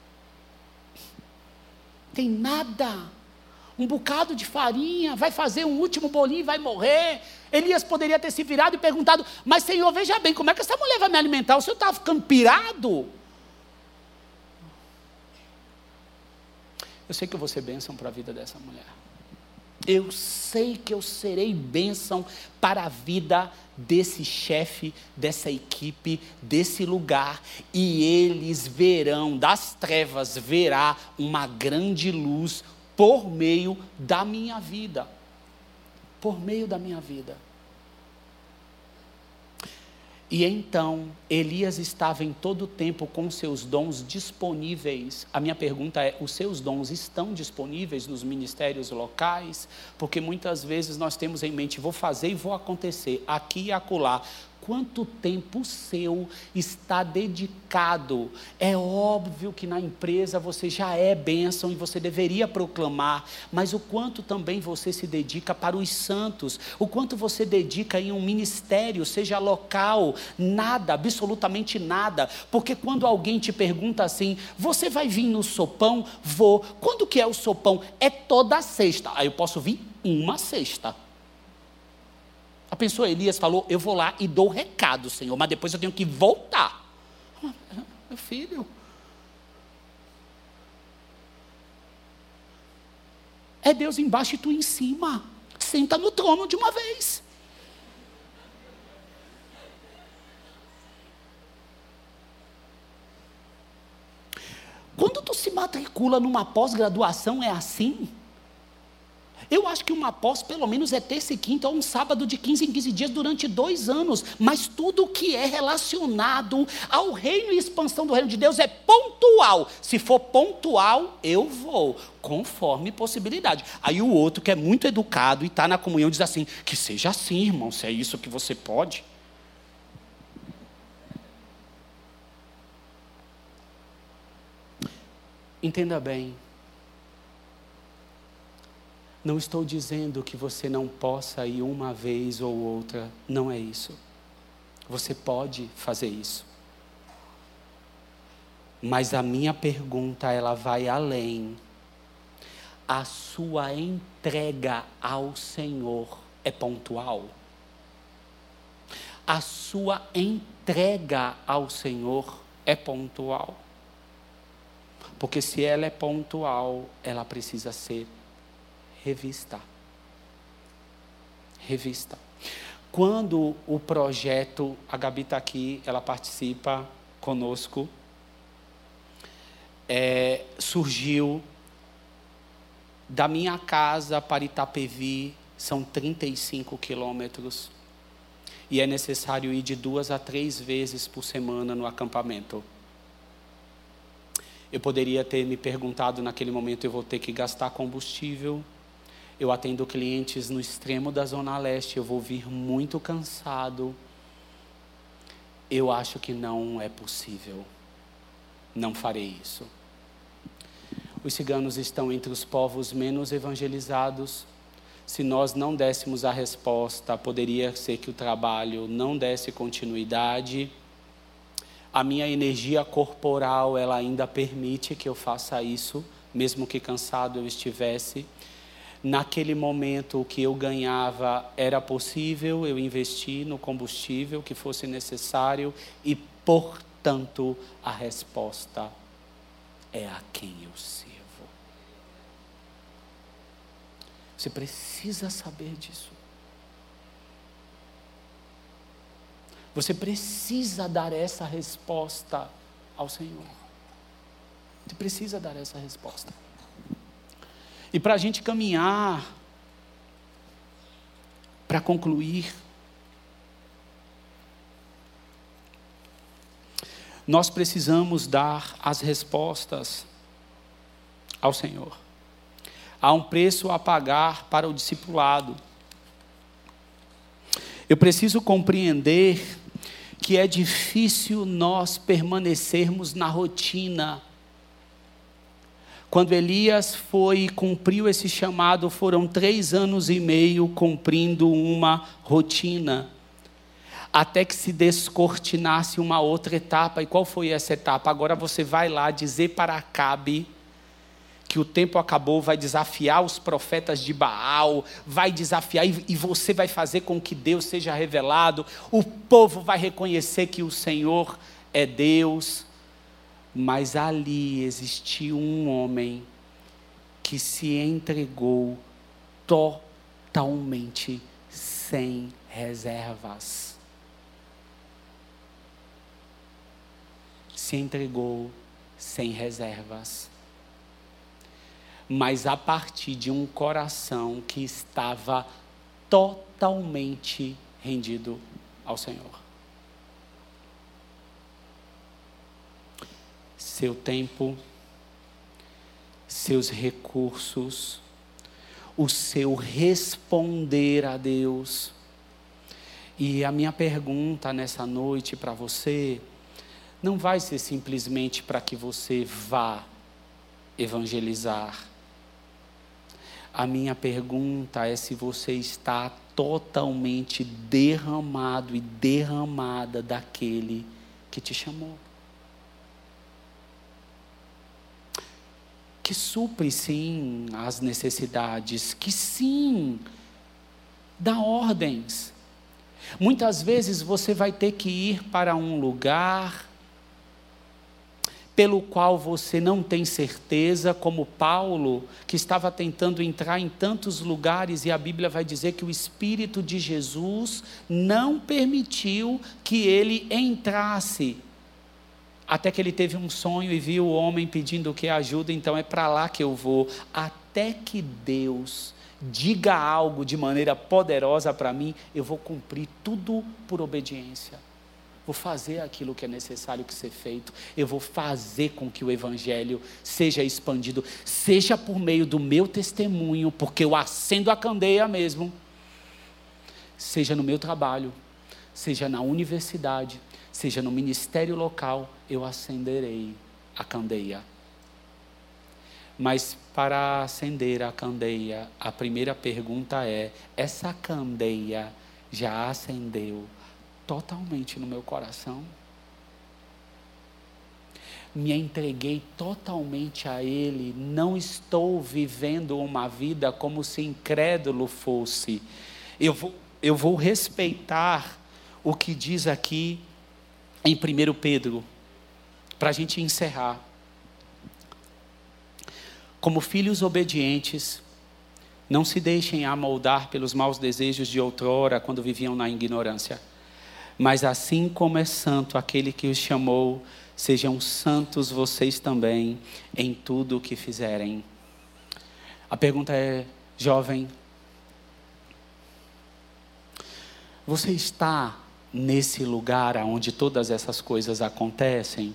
Tem nada. Um bocado de farinha, vai fazer um último bolinho e vai morrer. Elias poderia ter se virado e perguntado, mas Senhor, veja bem, como é que essa mulher vai me alimentar? O Senhor está ficando pirado? Eu sei que eu vou ser bênção para a vida dessa mulher. Eu sei que eu serei bênção para a vida desse chefe, dessa equipe, desse lugar. E eles verão, das trevas, verá uma grande luz por meio da minha vida. Por meio da minha vida. E então, Elias estava em todo o tempo com seus dons disponíveis. A minha pergunta é, os seus dons estão disponíveis nos ministérios locais? Porque muitas vezes nós temos em mente, vou fazer e vou acontecer, aqui e acolá. Quanto tempo seu está dedicado? É óbvio que na empresa você já é bênção e você deveria proclamar, mas o quanto também você se dedica para os santos, o quanto você dedica em um ministério, seja local, nada, absolutamente nada, porque quando alguém te pergunta assim, você vai vir no sopão? Vou. Quando que é o sopão? É toda sexta. Aí eu posso vir uma sexta. A pessoa, Elias falou, eu vou lá e dou o recado, Senhor, mas depois eu tenho que voltar. Meu filho, é Deus embaixo e tu em cima. Senta no trono de uma vez. Quando tu se matricula numa pós-graduação, é assim? Eu acho que uma pós, pelo menos, é terça e quinta, ou um sábado de quinze em quinze dias durante dois anos. Mas tudo que é relacionado ao reino e expansão do reino de Deus é pontual. Se for pontual, eu vou, conforme possibilidade. Aí o outro que é muito educado e está na comunhão diz assim, que seja assim, irmão, se é isso que você pode. Entenda bem. Não estou dizendo que você não possa ir uma vez ou outra, não é isso. Você pode fazer isso. Mas a minha pergunta, ela vai além. A sua entrega ao Senhor é pontual? A sua entrega ao Senhor é pontual? Porque se ela é pontual, ela precisa ser revista. Revista. Quando o projeto, a Gabi está aqui, ela participa conosco, é, surgiu da minha casa para Itapevi, são trinta e cinco quilômetros, e é necessário ir de duas a três vezes por semana no acampamento. Eu poderia ter me perguntado naquele momento, eu vou ter que gastar combustível. Eu atendo clientes no extremo da Zona Leste, eu vou vir muito cansado. Eu acho que não é possível. Não farei isso. Os ciganos estão entre os povos menos evangelizados. Se nós não dessemos a resposta, poderia ser que o trabalho não desse continuidade. A minha energia corporal, ela ainda permite que eu faça isso, mesmo que cansado eu estivesse. Naquele momento, o que eu ganhava era possível eu investir no combustível que fosse necessário e, portanto, a resposta é a quem eu sirvo. Você precisa saber disso. Você precisa dar essa resposta ao Senhor. Você precisa dar essa resposta. E para a gente caminhar, para concluir, nós precisamos dar as respostas ao Senhor. Há um preço a pagar para o discipulado. Eu preciso compreender que é difícil nós permanecermos na rotina. Quando Elias foi e cumpriu esse chamado, foram três anos e meio cumprindo uma rotina, até que se descortinasse uma outra etapa. E qual foi essa etapa? Agora você vai lá dizer para Acabe que o tempo acabou, vai desafiar os profetas de Baal, vai desafiar e, e você vai fazer com que Deus seja revelado, o povo vai reconhecer que o Senhor é Deus. Mas ali existiu um homem que se entregou totalmente sem reservas. Se entregou sem reservas. Mas a partir de um coração que estava totalmente rendido ao Senhor. Seu tempo, seus recursos, o seu responder a Deus. E a minha pergunta nessa noite para você, não vai ser simplesmente para que você vá evangelizar. A minha pergunta é se você está totalmente derramado e derramada daquele que te chamou. Que supre sim as necessidades, que sim dá ordens. Muitas vezes você vai ter que ir para um lugar pelo qual você não tem certeza, como Paulo, que estava tentando entrar em tantos lugares, e a Bíblia vai dizer que o Espírito de Jesus não permitiu que ele entrasse, até que ele teve um sonho e viu o homem pedindo que ajuda, então é para lá que eu vou, até que Deus diga algo de maneira poderosa para mim, eu vou cumprir tudo por obediência. Vou fazer aquilo que é necessário que ser feito. Eu vou fazer com que o Evangelho seja expandido, seja por meio do meu testemunho, porque eu acendo a candeia mesmo, seja no meu trabalho, seja na universidade, seja no ministério local, eu acenderei a candeia. Mas para acender a candeia, a primeira pergunta é: essa candeia já acendeu totalmente no meu coração? Me entreguei totalmente a Ele, não estou vivendo uma vida como se incrédulo fosse. Eu vou, eu vou respeitar o que diz aqui em primeiro Pedro, para a gente encerrar. Como filhos obedientes, não se deixem amoldar pelos maus desejos de outrora, quando viviam na ignorância. Mas assim como é santo aquele que os chamou, sejam santos vocês também em tudo o que fizerem. A pergunta é, jovem, você está nesse lugar onde todas essas coisas acontecem?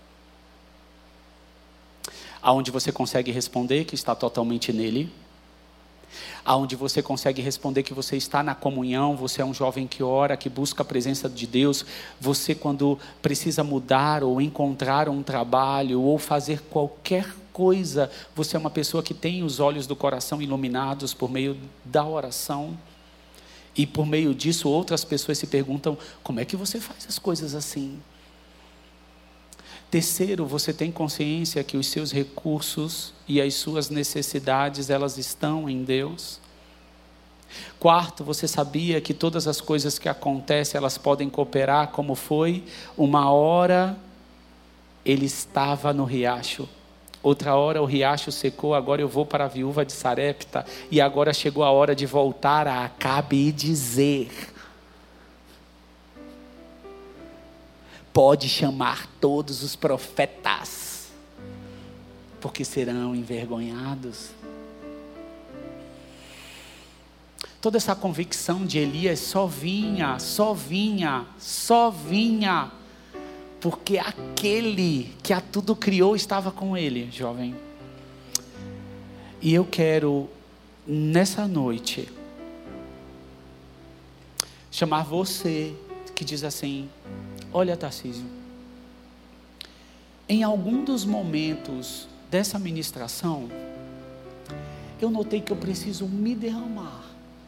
Aonde você consegue responder que está totalmente nele? Aonde você consegue responder que você está na comunhão, você é um jovem que ora, que busca a presença de Deus, você quando precisa mudar ou encontrar um trabalho ou fazer qualquer coisa, você é uma pessoa que tem os olhos do coração iluminados por meio da oração, e por meio disso outras pessoas se perguntam, como é que você faz as coisas assim? Terceiro, você tem consciência que os seus recursos e as suas necessidades, elas estão em Deus. Quarto, você sabia que todas as coisas que acontecem, elas podem cooperar, como foi? Uma hora ele estava no riacho, outra hora o riacho secou, agora eu vou para a viúva de Sarepta, e agora chegou a hora de voltar a Acabe e dizer: pode chamar todos os profetas, porque serão envergonhados. Toda essa convicção de Elias só vinha, só vinha, só vinha, porque aquele que a tudo criou estava com ele, jovem. E eu quero, nessa noite, chamar você que diz assim: olha, Tarcísio, em algum dos momentos dessa ministração, eu notei que eu preciso me derramar.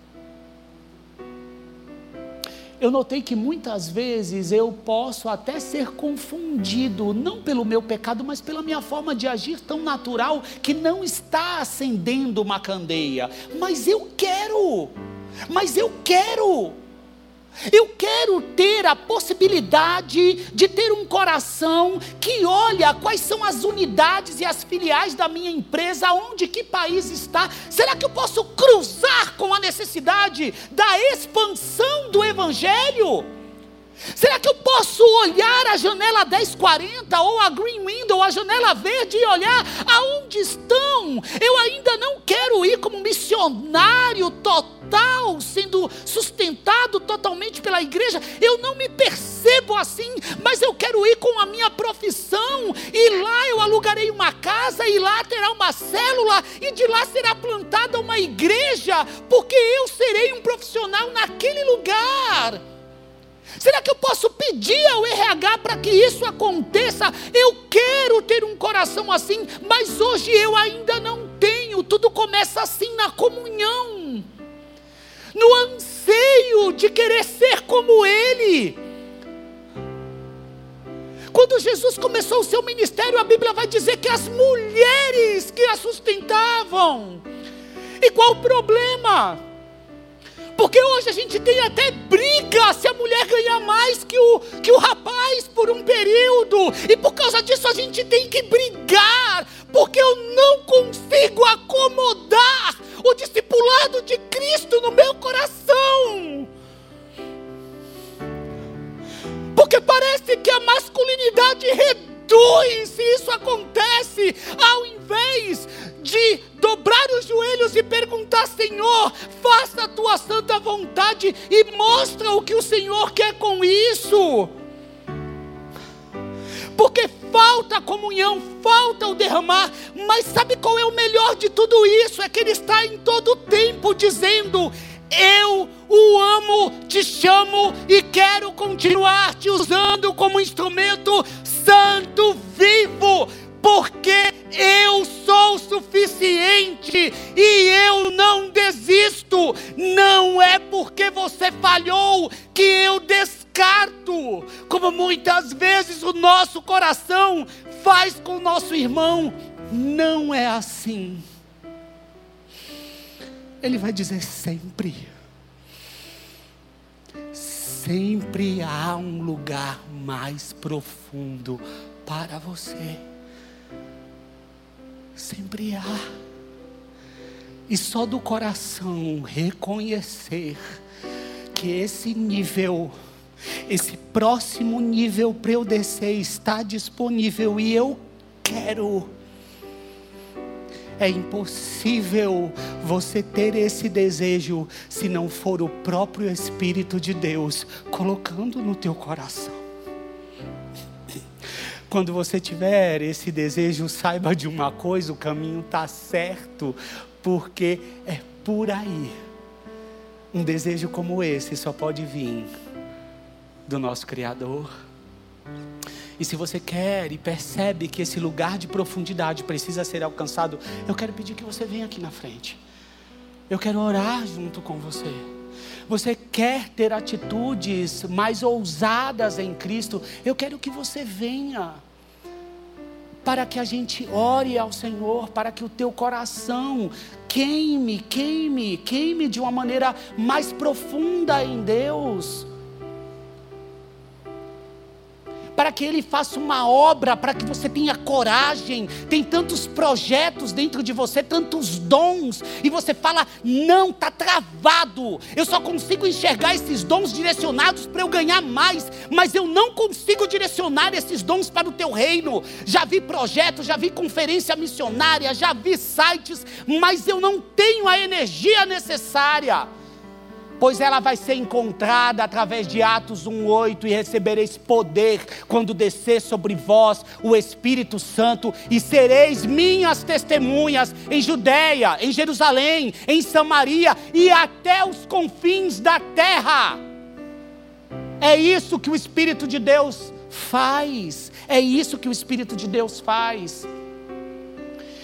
Eu notei que muitas vezes eu posso até ser confundido, não pelo meu pecado, mas pela minha forma de agir tão natural, que não está acendendo uma candeia. Mas eu quero, mas eu quero. Eu quero ter a possibilidade de ter um coração que olha quais são as unidades e as filiais da minha empresa, onde, que país está. Será que eu posso cruzar com a necessidade da expansão do Evangelho? Será que eu posso olhar a janela dez quarenta ou a Green Window, a janela verde, e olhar aonde estão? Eu ainda não quero ir como missionário total, sendo sustentado totalmente pela igreja. Eu não me percebo assim, mas eu quero ir com a minha profissão, e lá eu alugarei uma casa, e lá terá uma célula, e de lá será plantada uma igreja, porque eu serei um profissional naquele lugar. Será que eu posso pedir ao R H para que isso aconteça? Eu quero ter um coração assim, mas hoje eu ainda não tenho. Tudo começa assim na comunhão, no anseio de querer ser como Ele. Quando Jesus começou o seu ministério, a Bíblia vai dizer que as mulheres que a sustentavam. E qual o problema? Porque hoje a gente tem até briga se a mulher ganhar mais que o, que o rapaz por um período. E por causa disso a gente tem que brigar, porque eu não consigo acomodar o discipulado de Cristo no meu coração. Porque parece que a masculinidade reduz se isso acontece, ao invés de dobrar os joelhos e perguntar: Senhor, faça a tua santa vontade e mostra o que o Senhor quer com isso. Porque falta a comunhão, falta o derramar. Mas sabe qual é o melhor de tudo isso? É que Ele está em todo o tempo dizendo: eu o amo, te chamo e quero continuar te usando como instrumento santo, vivo, porque eu sou suficiente e eu não desisto. Não é porque você falhou que eu descarto, como muitas vezes o nosso coração faz com o nosso irmão. Não é assim. Ele vai dizer sempre, sempre há um lugar mais profundo para você. Sempre há. E só do coração reconhecer que esse nível, esse próximo nível para eu descer está disponível e eu quero. É impossível você ter esse desejo se não for o próprio Espírito de Deus colocando no teu coração. Quando você tiver esse desejo, saiba de uma coisa: o caminho está certo, porque é por aí. Um desejo como esse só pode vir do nosso Criador. E se você quer e percebe que esse lugar de profundidade precisa ser alcançado, eu quero pedir que você venha aqui na frente. Eu quero orar junto com você. Você quer ter atitudes mais ousadas em Cristo? Eu quero que você venha, para que a gente ore ao Senhor, para que o teu coração queime, queime, queime de uma maneira mais profunda em Deus. Para que Ele faça uma obra, para que você tenha coragem. Tem tantos projetos dentro de você, tantos dons, e você fala: não, está travado, eu só consigo enxergar esses dons direcionados para eu ganhar mais, mas eu não consigo direcionar esses dons para o teu reino. Já vi projetos, já vi conferência missionária, já vi sites, mas eu não tenho a energia necessária. Pois ela vai ser encontrada através de Atos um, oito, e recebereis poder quando descer sobre vós o Espírito Santo, e sereis minhas testemunhas em Judeia, em Jerusalém, em Samaria e até os confins da terra. É isso que o Espírito de Deus faz, é isso que o Espírito de Deus faz.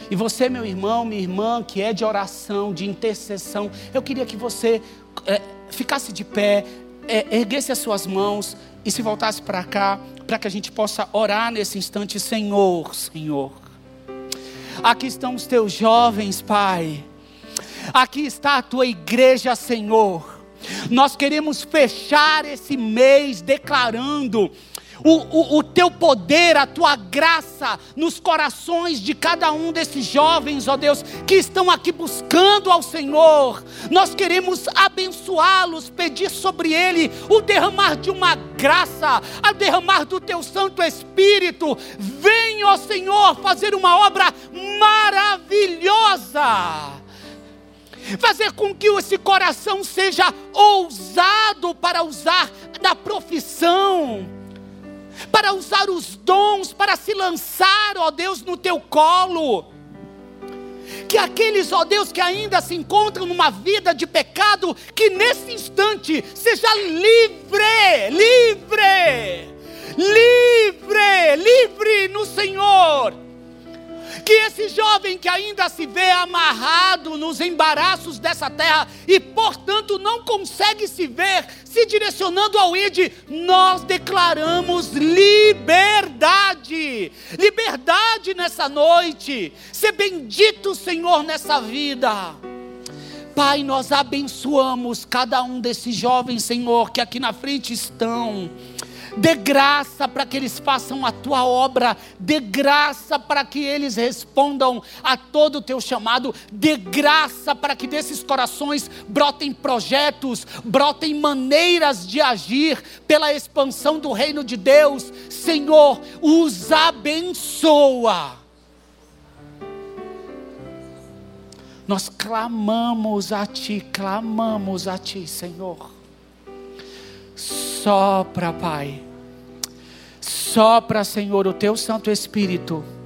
E você, meu irmão, minha irmã, que é de oração, de intercessão, eu queria que você é, ficasse de pé, é, erguesse as suas mãos e se voltasse para cá, para que a gente possa orar nesse instante. Senhor, Senhor, aqui estão os teus jovens, Pai. Aqui está a tua igreja, Senhor. Nós queremos fechar esse mês declarando O, o, o teu poder, a tua graça nos corações de cada um desses jovens, ó Deus, que estão aqui buscando ao Senhor. Nós queremos abençoá-los, pedir sobre ele o derramar de uma graça, a derramar do teu Santo Espírito. Vem, ó Senhor, fazer uma obra maravilhosa, fazer com que esse coração seja ousado para usar da profissão, para usar os dons, para se lançar, ó Deus, no teu colo. Que aqueles, ó Deus, que ainda se encontram numa vida de pecado, que nesse instante seja livre, livre, livre, livre no Senhor. Que esse jovem que ainda se vê amarrado nos embaraços dessa terra e portanto não consegue se ver se direcionando ao I D, nós declaramos liberdade, liberdade nessa noite. Ser bendito, Senhor, nessa vida. Pai, nós abençoamos cada um desses jovens, Senhor, que aqui na frente estão. Dê graça para que eles façam a tua obra. Dê graça para que eles respondam a todo o teu chamado. Dê graça para que desses corações brotem projetos, brotem maneiras de agir pela expansão do reino de Deus. Senhor, os abençoa. Nós clamamos a Ti, clamamos a Ti, Senhor. Sopra, Pai. Sopra, Senhor, o Teu Santo Espírito